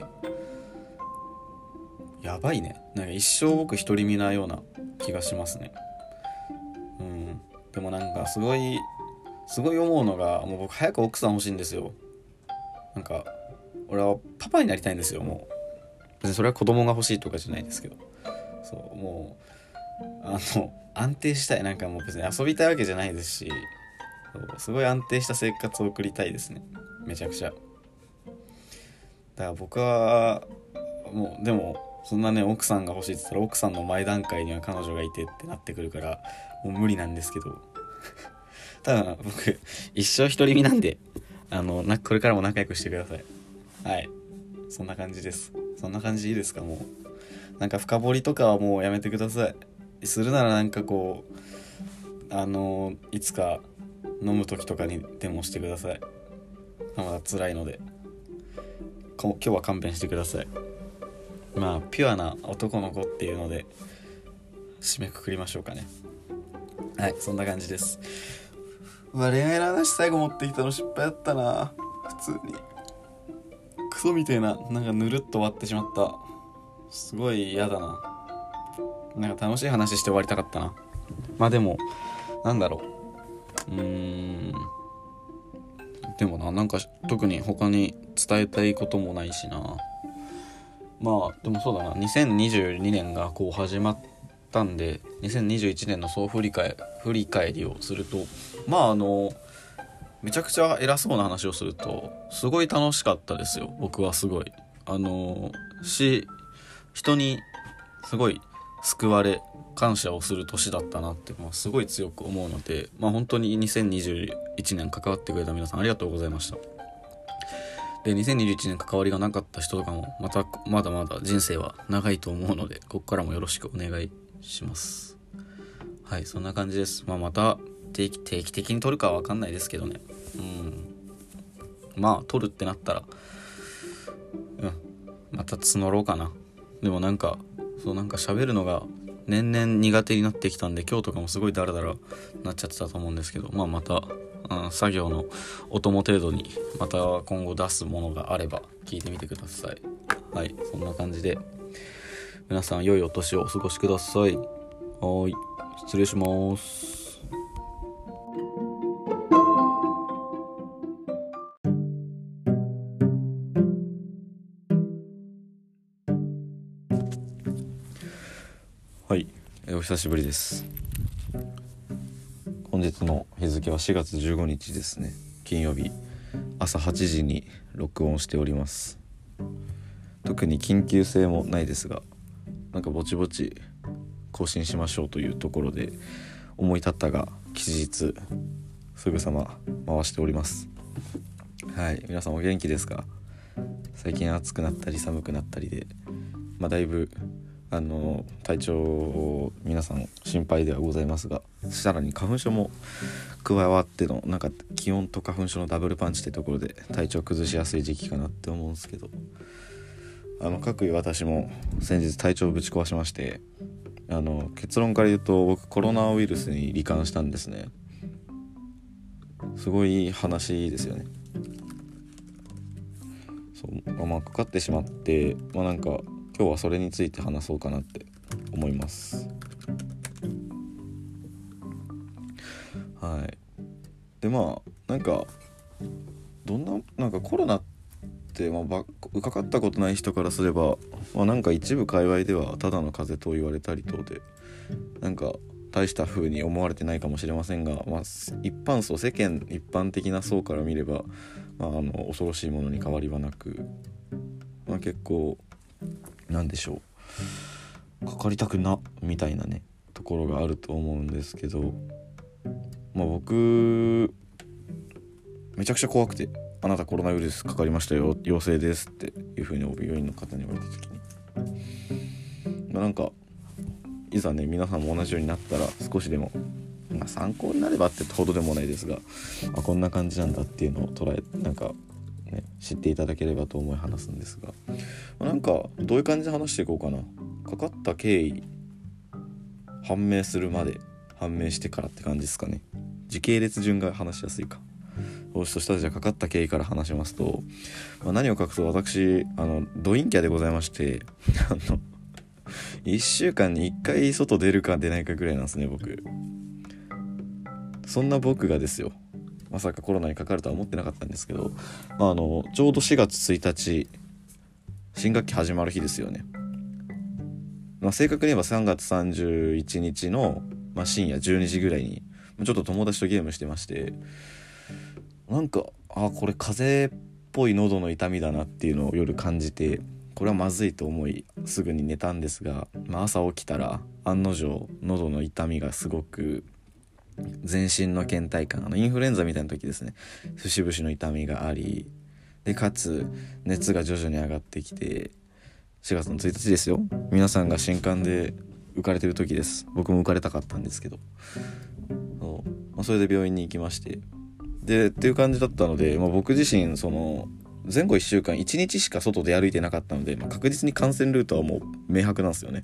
やばいね。なんか一生僕独り身なような気がしますね。でもなんかすごい思うのが、もう僕早く奥さん欲しいんですよ。なんか俺はパパになりたいんですよ。もう別にそれは子供が欲しいとかじゃないですけど、もう安定したい。なんかもう別に遊びたいわけじゃないですし、すごい安定した生活を送りたいですね。めちゃくちゃ。だから僕はもう、でもそんなね、奥さんが欲しいって言ったら奥さんの前段階には彼女がいてってなってくるから、もう無理なんですけどただ僕一生独り身なんで、 これからも仲良くしてください。はい、そんな感じです。そんな感じでいいですか？もうなんか深掘りとかはもうやめてください。するならなんかこういつか飲む時とかにでもしてください。まだ辛いので今日は勘弁してください。まあピュアな男の子っていうので締めくくりましょうかね。はい、そんな感じです。恋愛の話最後持ってきたの失敗だったな。普通にクソみたいな、なんかぬるっと終わってしまった。すごい嫌だな。なんか楽しい話して終わりたかったな。まあでもなんだろう、でもなんか特に他に伝えたいこともないしな。まあでもそうだな、2022年がこう始まったんで、2021年の総振り返りをすると、まあめちゃくちゃ偉そうな話をするとすごい楽しかったですよ。僕はすごい人にすごい救われ感謝をする年だったなってすごい強く思うので、本当に2021年関わってくれた皆さんありがとうございました。で2021年関わりがなかった人とかもまだまだ人生は長いと思うので、ここからもよろしくお願いします。はい、そんな感じです。また定期的に撮るかは分かんないですけどね。撮るってなったらまた募ろうかな。でもなんか喋るのが年々苦手になってきたんで、今日とかもすごいダラダラなっちゃってたと思うんですけど、また作業のお供程度にまた今後出すものがあれば聞いてみてください。はい、そんな感じで皆さん良いお年をお過ごしください。はい、失礼します。はい、お久しぶりです。本日の日付は4月15日ですね。金曜日朝8時に録音しております。特に緊急性もないですが、なんかぼちぼち更新しましょうというところで思い立ったが吉日すぐさま回しております。はい、皆さんお元気ですか？最近暑くなったり寒くなったりで、だいぶ体調皆さん心配ではございますが、さらに花粉症も加わってのなんか気温と花粉症のダブルパンチってところで体調崩しやすい時期かなって思うんですけど、各位私も先日体調をぶち壊しまして、結論から言うと僕コロナウイルスに罹患したんですね。すごい話ですよね。かかってしまって、なんか今日はそれについて話そうかなって思います。はい。でなんかコロナってかかったことない人からすれば、なんか一部界隈ではただの風邪と言われたりとで、なんか大した風に思われてないかもしれませんが、世間一般的な層から見れば、恐ろしいものに変わりはなく、結構なんでしょう、かかりたくなみたいなねところがあると思うんですけど、僕めちゃくちゃ怖くて、あなたコロナウイルスかかりましたよ、陽性ですっていう風に病院の方に言われた時に、なんかいざね皆さんも同じようになったら少しでも、参考になればってほどでもないですが、こんな感じなんだっていうのを知っていただければと思い話すんですが、どういう感じで話していこうかな。かかった経緯判明するまで、判明してからって感じですかね。時系列順が話しやすいか。そしたらじゃあかかった経緯から話しますと、何を隠そう私ド陰キャでございまして1週間に1回外出るか出ないかぐらいなんですね僕。そんな僕がですよ、まさかコロナにかかるとは思ってなかったんですけど、ちょうど4月1日新学期始まる日ですよね。正確に言えば3月31日の、深夜12時ぐらいにちょっと友達とゲームしてまして、これ風邪っぽい喉の痛みだなっていうのを夜感じて、これはまずいと思いすぐに寝たんですが、朝起きたら案の定喉の痛みがすごく全身の倦怠感、インフルエンザみたいな時ですね、節々の痛みがあり、でかつ熱が徐々に上がってきて、4月の1日ですよ、皆さんが新歓で浮かれてる時です。僕も浮かれたかったんですけど、それで病院に行きまして、でっていう感じだったので、僕自身その前後1週間1日しか外で歩いてなかったので、確実に感染ルートはもう明白なんですよね。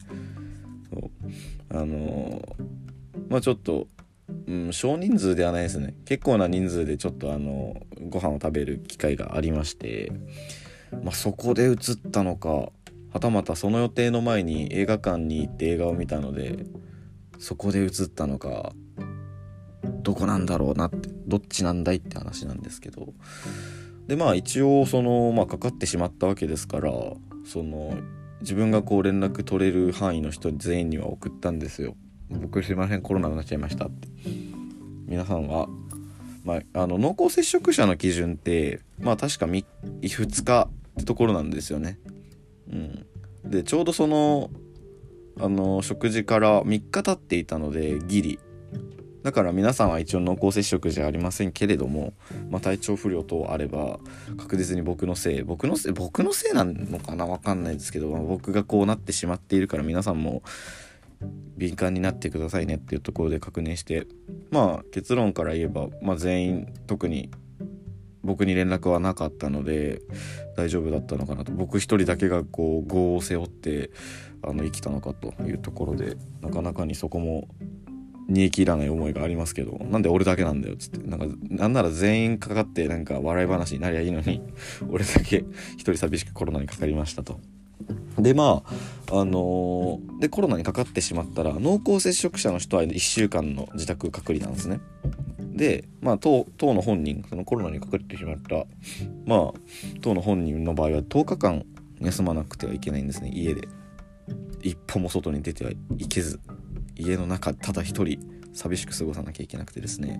ちょっと、少人数ではないですね。結構な人数でちょっとご飯を食べる機会がありまして、そこで移ったのか、はたまたその予定の前に映画館に行って映画を見たのでそこで移ったのか、どこなんだろうなって、どっちなんだいって話なんですけど、で一応そのかかってしまったわけですから、その自分が連絡取れる範囲の人全員には送ったんですよ。僕すいません、コロナになっちゃいましたって。皆さんは濃厚接触者の基準って確か2日ってところなんですよね。でちょうどその食事から3日経っていたのでギリだから、皆さんは一応濃厚接触じゃありませんけれども、体調不良等あれば確実に僕のせいなのかな、分かんないですけど、僕がこうなってしまっているから、皆さんも敏感になってくださいねっていうところで確認して、結論から言えば、全員特に僕に連絡はなかったので大丈夫だったのかなと。僕一人だけが業を背負って生きたのかというところで、なかなかにそこも煮え切らない思いがありますけど、なんで俺だけなんだよっつって、なんなら全員かかって笑い話になりゃいいのに俺だけ一人寂しくコロナにかかりましたと。ででコロナにかかってしまったら濃厚接触者の人は1週間の自宅隔離なんですね。で当の本人、そのコロナにかかってしまった当の本人の場合は10日間休まなくてはいけないんですね。家で一歩も外に出てはいけず、家の中ただ一人寂しく過ごさなきゃいけなくてですね、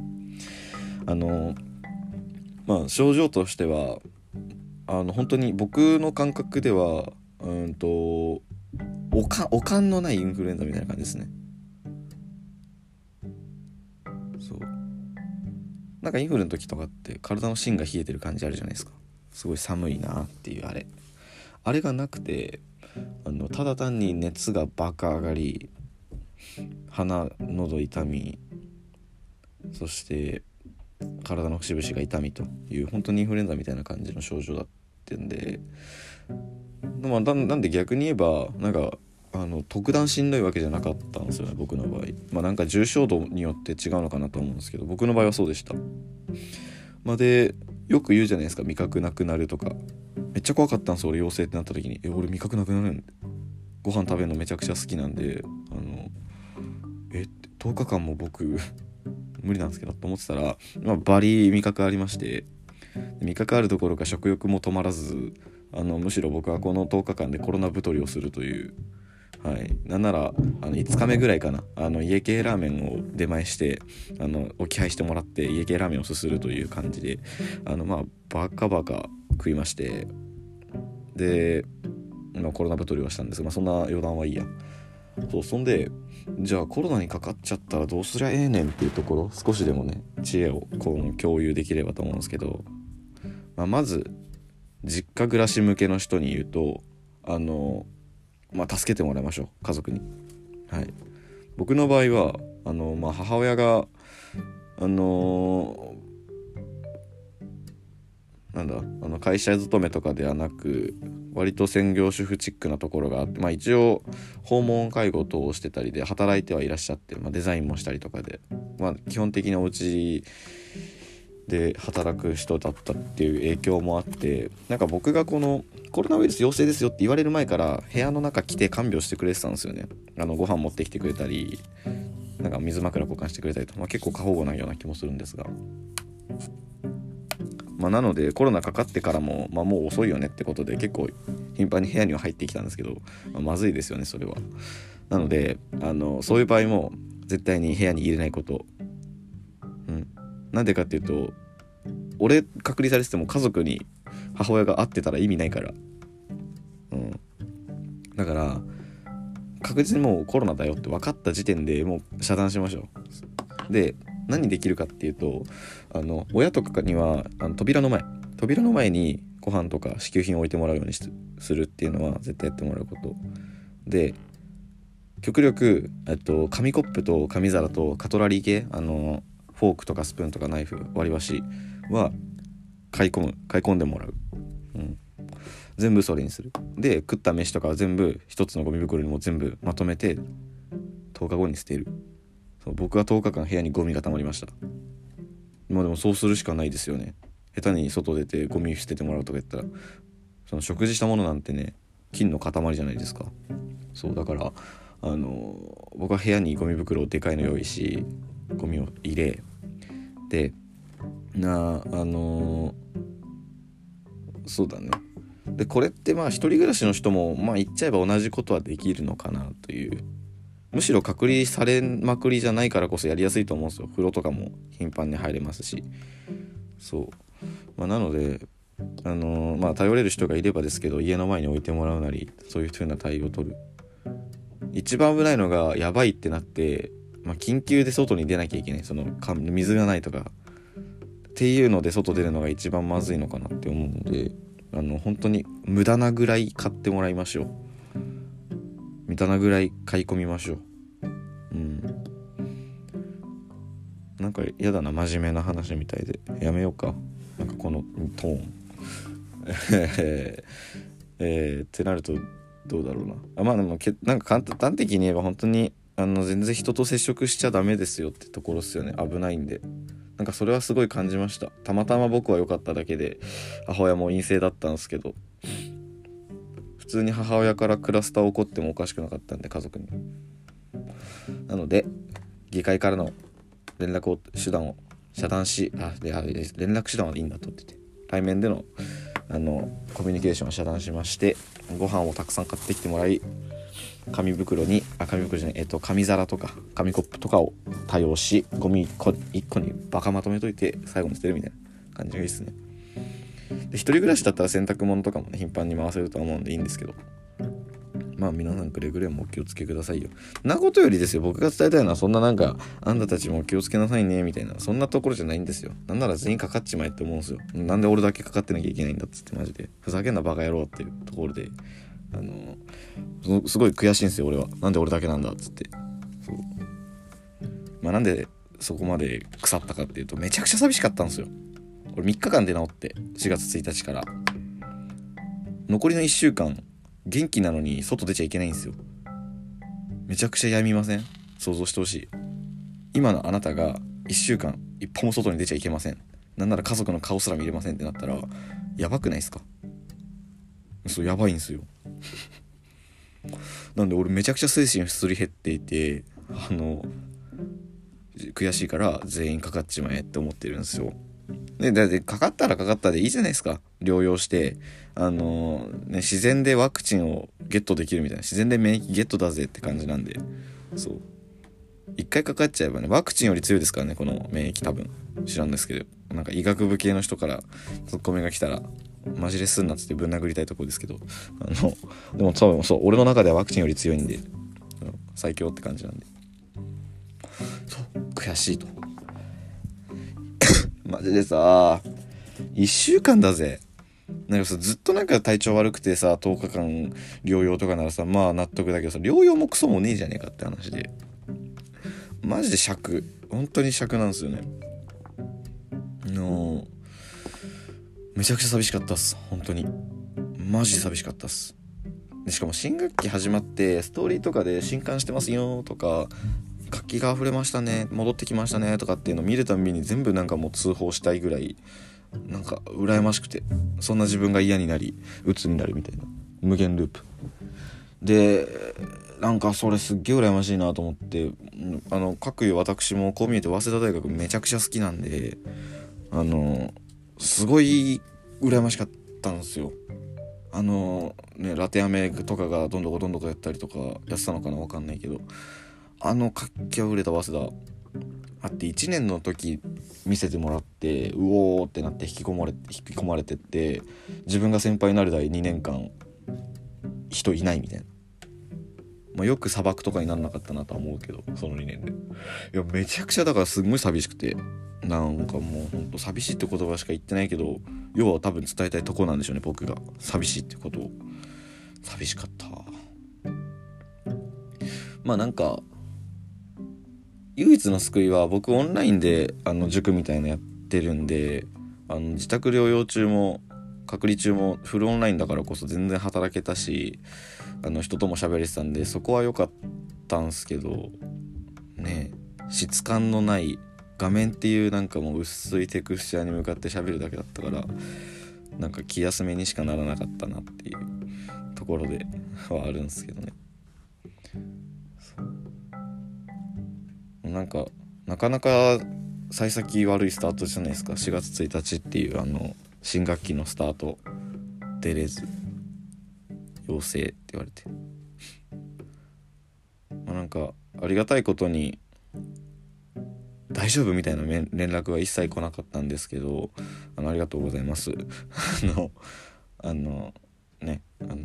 症状としては本当に僕の感覚ではおかんのないインフルエンザみたいな感じですね。そう、インフルの時とかって体の芯が冷えてる感じあるじゃないですか。すごい寒いなっていうあれがなくて、ただ単に熱がバカ上がり、鼻喉痛み、そして体の節々が痛みという本当にインフルエンザみたいな感じの症状だってんで、なんで逆に言えば特段しんどいわけじゃなかったんですよね、僕の場合。重症度によって違うのかなと思うんですけど、僕の場合はそうでした。でよく言うじゃないですか、味覚なくなるとか。めっちゃ怖かったんですよ、俺陽性ってなった時に。俺味覚なくなるん、ご飯食べるのめちゃくちゃ好きなんで10日間も僕無理なんですけどと思ってたら、バリ味覚ありまして、味覚あるどころか食欲も止まらず、むしろ僕はこの10日間でコロナ太りをするという、なんなら5日目ぐらいかな、家系ラーメンを出前して置き配してもらって家系ラーメンをすするという感じでバカ食いまして、でコロナ太りはしたんですが、そんな余談はいいや。そんでじゃあコロナにかかっちゃったらどうすりゃええねんっていうところ、少しでもね知恵を共有できればと思うんですけど、まず実家暮らし向けの人に言うと助けてもらいましょう、家族に。僕の場合は母親が会社勤めとかではなく割と専業主婦チックなところがあって、一応訪問介護等をしてたりで働いてはいらっしゃって、デザインもしたりとかで、基本的にお家で働く人だったっていう影響もあって、僕がこのコロナウイルス陽性ですよって言われる前から部屋の中来て看病してくれてたんですよね。ご飯持ってきてくれたり水枕交換してくれたりと、結構過保護なような気もするんですが、なのでコロナかかってからも、もう遅いよねってことで結構頻繁に部屋には入ってきたんですけど、まずいですよねそれは。なのでそういう場合も絶対に部屋に入れないこと。なんでかっていうと、俺隔離されてても家族に母親が会ってたら意味ないから、だから確実にもうコロナだよって分かった時点でもう遮断しましょう。で何できるかっていうと、親とかには扉の前にご飯とか支給品を置いてもらうようにするっていうのは絶対やってもらうことで、極力紙コップと紙皿とカトラリー系フォークとかスプーンとかナイフ割り箸は買い込んでもらう、全部それにする。で食った飯とかは全部一つのゴミ袋にも全部まとめて10日後に捨てる。そう僕は10日間部屋にゴミが溜まりました。でもそうするしかないですよね。下手に外出てゴミ捨ててもらうとか言ったら、その食事したものなんてね金の塊じゃないですか。そうだから僕は部屋にゴミ袋をでかいの用意し、ゴミを入れでそうだね。でこれって一人暮らしの人も言っちゃえば同じことはできるのかなという、むしろ隔離されまくりじゃないからこそやりやすいと思うんですよ。風呂とかも頻繁に入れますし。そう、なので頼れる人がいればですけど、家の前に置いてもらうなり、そういう風な対応を取る。一番危ないのがやばいってなって、緊急で外に出なきゃいけない、その水がないとかっていうので外出るのが一番まずいのかなって思うので、本当に無駄なぐらい買ってもらいましょう。無駄なぐらい買い込みましょう。なんかやだな、真面目な話みたいでやめようか。なんかこのトーンってなるとどうだろうな。でもなんか端的に言えば本当に全然人と接触しちゃダメですよってところですよね。危ないんで。なんかそれはすごい感じました。たまたま僕は良かっただけで、母親も陰性だったんですけど、普通に母親からクラスター起こってもおかしくなかったんで、家族に。なので議会からの連絡手段を遮断し、連絡手段はいいんだとって言って、対面でのコミュニケーションを遮断しまして、ご飯をたくさん買ってきてもらい、紙皿とか紙コップとかを多用し、ゴミ1個にバカまとめといて最後に捨てるみたいな感じがいいですね。で一人暮らしだったら洗濯物とかもね頻繁に回せると思うんでいいんですけど、皆さんくれぐれもお気をつけくださいよ。なことよりですよ、僕が伝えたいのはそんななんかあんたたちもお気をつけなさいねみたいな、そんなところじゃないんですよ。なんなら全員かかっちまえって思うんですよ。なんで俺だけかかってなきゃいけないんだっつって、マジでふざけんなバカ野郎っていうところで、すごい悔しいんですよ俺は。なんで俺だけなんだっつって。そうなんでそこまで腐ったかっていうと、めちゃくちゃ寂しかったんですよ。俺3日間で治って4月1日から残りの1週間元気なのに外出ちゃいけないんですよ。めちゃくちゃ病みません？想像してほしい。今のあなたが1週間一歩も外に出ちゃいけません。なんなら家族の顔すら見れませんってなったらやばくないですか？そうやばいんですよなんで俺めちゃくちゃ精神すり減っていて、悔しいから全員かかっちまえって思ってるんですよ。だってかかったらかかったでいいじゃないですか。療養して自然でワクチンをゲットできるみたいな、自然で免疫ゲットだぜって感じなんで、そう一回かかっちゃえばね、ワクチンより強いですからね、この免疫。多分知らんですけど、なんか医学部系の人からツッコミが来たらマジですんなっつってぶん殴りたいところですけど、でも多分そう俺の中ではワクチンより強いんで最強って感じなんで、そう悔しいとマジでさ1週間だぜ。なんかさずっとなんか体調悪くてさ10日間療養とかならさ納得だけどさ、療養もクソもねえじゃねえかって話で、マジで本当に尺なんですよね。めちゃくちゃ寂しかったっす。本当にマジで寂しかったっす。でしかも新学期始まってストーリーとかで新刊してますよとか活気が溢れましたね、戻ってきましたねとかっていうのを見るたびに全部なんかもう通報したいぐらいなんか羨ましくて、そんな自分が嫌になり鬱になるみたいな無限ループで、なんかそれすっげえ羨ましいなと思って、各いう私もこう見えて早稲田大学めちゃくちゃ好きなんで、すごい羨ましかったんですよ。ラテアメとかがどんどこやったりとかやってたのかな、わかんないけど、活気あふれた早稲田あって1年の時見せてもらって、うおーってなって引き込まれてって、自分が先輩になる代2年間人いないみたいな。 よく砂漠とかになんなかったなとは思うけど、その2年でいやめちゃくちゃだからすごい寂しくて、なんかもうほんと寂しいって言葉しか言ってないけど、要は多分伝えたいとこなんでしょうね、僕が寂しいってことを。寂しかった。なんか唯一の救いは、僕オンラインで塾みたいなやってるんで、自宅療養中も隔離中もフルオンラインだからこそ全然働けたし、人とも喋れてたんで、そこは良かったんすけどね、質感のない画面っていうなんかもう薄いテクスチャーに向かって喋るだけだったから、なんか気休めにしかならなかったなっていうところではあるんですけどね。なんかなかなか幸先悪いスタートじゃないですか。4月1日っていう新学期のスタート出れず陽性って言われて、なんかありがたいことに大丈夫みたいな連絡は一切来なかったんですけど、ありがとうございますね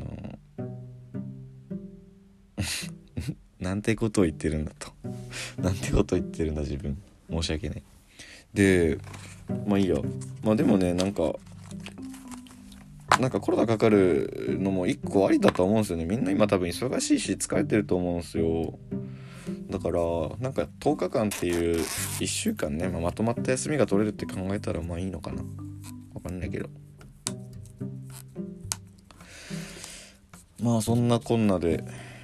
なんてことを言ってるんだとなんてことを言ってるんだ自分、申し訳ない。でいいや、でもね、なんかコロナかかるのも一個ありだと思うんですよね。みんな今多分忙しいし疲れてると思うんですよ。だからなんか10日間っていう1週間ね、まとまった休みが取れるって考えたらいいのかな、わかんないけど、そんなこんなで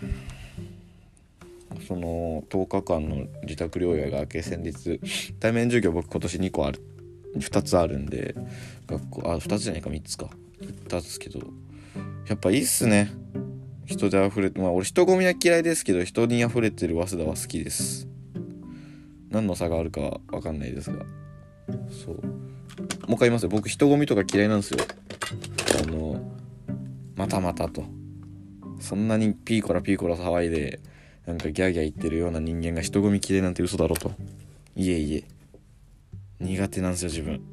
その10日間の自宅療養が明け、先日対面授業僕今年2つあるんで、学校2つじゃないか3つか行ったんですけど、やっぱいいっすね。人で溢れて、俺人混みは嫌いですけど、人に溢れてる早稲田は好きです。何の差があるかは分かんないですが、そう、もう一回言いますよ、僕人混みとか嫌いなんですよ。またとそんなにピーコラ騒いでなんかギャーギャー言ってるような人間が人混み嫌いなんて嘘だろと。いえ苦手なんですよ自分。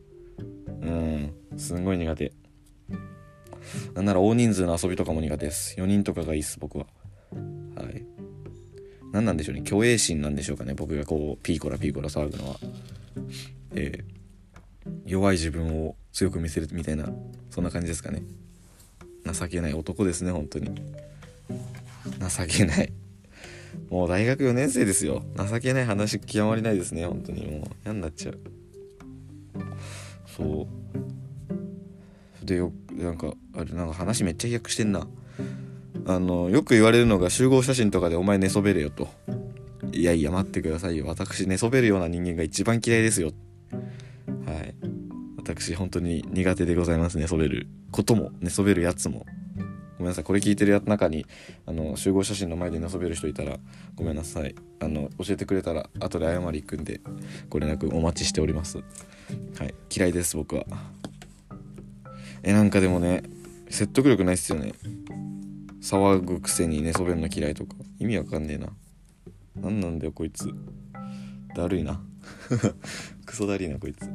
すんごい苦手。なんなら大人数の遊びとかも苦手です。4人とかがいいっす僕は。はい。何なんでしょうね、虚栄心なんでしょうかね、僕がこうピーコラ騒ぐのは。弱い自分を強く見せるみたいな、そんな感じですかね。情けない男ですね、本当に情けない。もう大学4年生ですよ。情けない話極まりないですね、本当にもう嫌になっちゃう。そうで、なんか話めっちゃ飛躍してんな。よく言われるのが、集合写真とかでお前寝そべれよと。いや待ってくださいよ、私寝そべるような人間が一番嫌いですよ。はい、私本当に苦手でございます。寝そべることも寝そべるやつも。ごめんなさい、これ聞いてる中に集合写真の前で寝そべる人いたらごめんなさい。教えてくれたら後で謝り行くんでご連絡お待ちしております。はい、嫌いです僕は。なんかでもね、説得力ないっすよね。騒ぐくせに寝そべるの嫌いとか意味わかんねえな。なんなんだよこいつ、だるいなクソだりーなこいつ。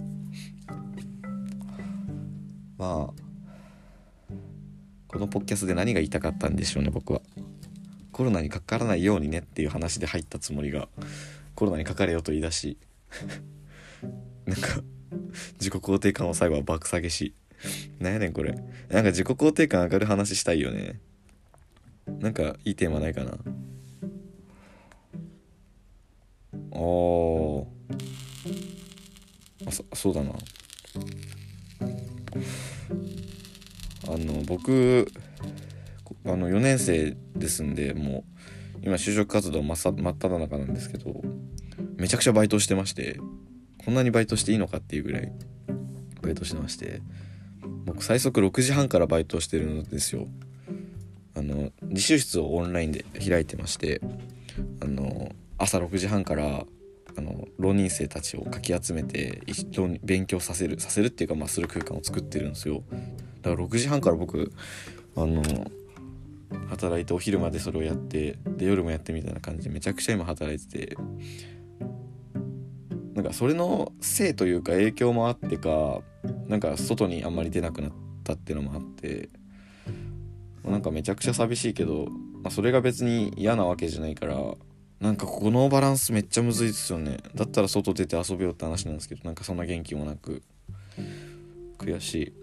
このポッキャスで何が言いたかったんでしょうね。僕はコロナにかからないようにねっていう話で入ったつもりが、コロナにかかれよと言い出しなんか自己肯定感を最後は爆下げし、なんやねんこれ。なんか自己肯定感上がる話したいよね。なんかいいテーマないかな。そうだな。僕4年生ですんで、もう今就職活動真っ只中なんですけど、めちゃくちゃバイトしてまして、こんなにバイトしていいのかっていうぐらいバイトしてまして、僕最速6時半からバイトしてるんですよ。自習室をオンラインで開いてまして、朝6時半から浪人生たちをかき集めて一度に勉強させるっていうか、する空間を作ってるんですよ。だから6時半から僕働いて、お昼までそれをやって、で夜もやってみたいな感じでめちゃくちゃ今働いてて、なんかそれのせいというか影響もあってか、なんか外にあんまり出なくなったっていうのもあって、なんかめちゃくちゃ寂しいけど、 それが別に嫌なわけじゃないから、なんかこのバランスめっちゃむずいですよね。だったら外出て遊べよって話なんですけど、なんかそんな元気もなく悔しい。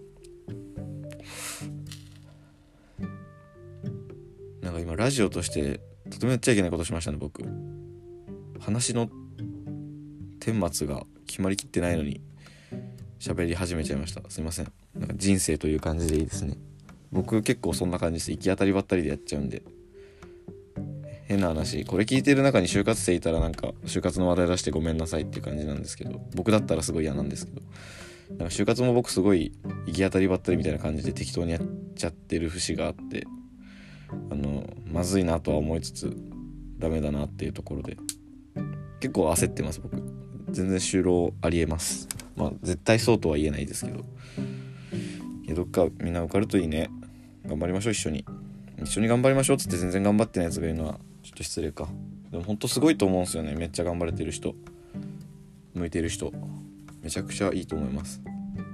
なんか今ラジオとしてとてもやっちゃいけないことしましたね。僕話の顛末が決まりきってないのに喋り始めちゃいました。すいません。なんか人生という感じでいいですね。僕結構そんな感じです。行き当たりばったりでやっちゃうんで。変な話、これ聞いてる中に就活生いたらなんか就活の話題出してごめんなさいっていう感じなんですけど、僕だったらすごい嫌なんですけど、なんか就活も僕すごい行き当たりばったりみたいな感じで適当にやっちゃってる節があって、まずいなとは思いつつダメだなっていうところで結構焦ってます。僕全然就労ありえます。まあ絶対そうとは言えないですけど、いやどっかみんな受かるといいね。頑張りましょう。一緒に頑張りましょうっつって全然頑張ってないやつがいるのはちょっと失礼か。でもほんとすごいと思うんですよね。めっちゃ頑張れてる人、向いてる人、めちゃくちゃいいと思います。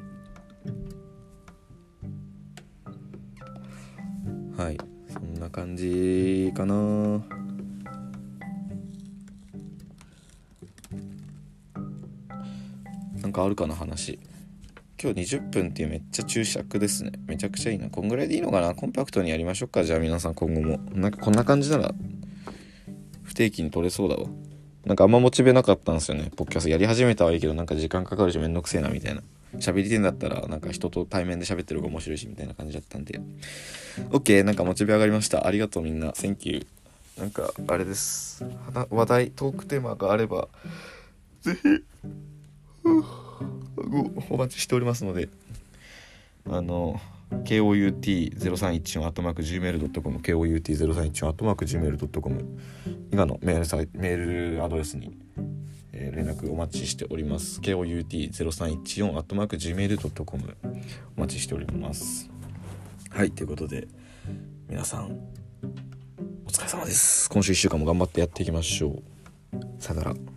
はい、そんな感じかな。なんかあるかな話。今日20分っていうめっちゃ注釈ですね。めちゃくちゃいいな。こんぐらいでいいのかな。コンパクトにやりましょうか。じゃあ皆さん今後もなんかこんな感じなら不定期に撮れそうだわ。なんかあんまモチベなかったんですよね。ポッドキャストやり始めたはいいけど、なんか時間かかるしめんどくせえなみたいな。喋りてんだったらなんか人と対面で喋ってる方が面白いしみたいな感じだったんで OK。 なんかモチベ上がりました。ありがとうみんな。 Thank you。 なんかあれです、話題トークテーマがあればぜひお待ちしておりますので、KOUT0314@gmail.com KOUT0314@gmail.com 以下のメールアドレスに、連絡お待ちしております。 KOUT0314@gmail.com お待ちしております。はい、ということで皆さんお疲れ様です。今週1週間も頑張ってやっていきましょう。さよなら。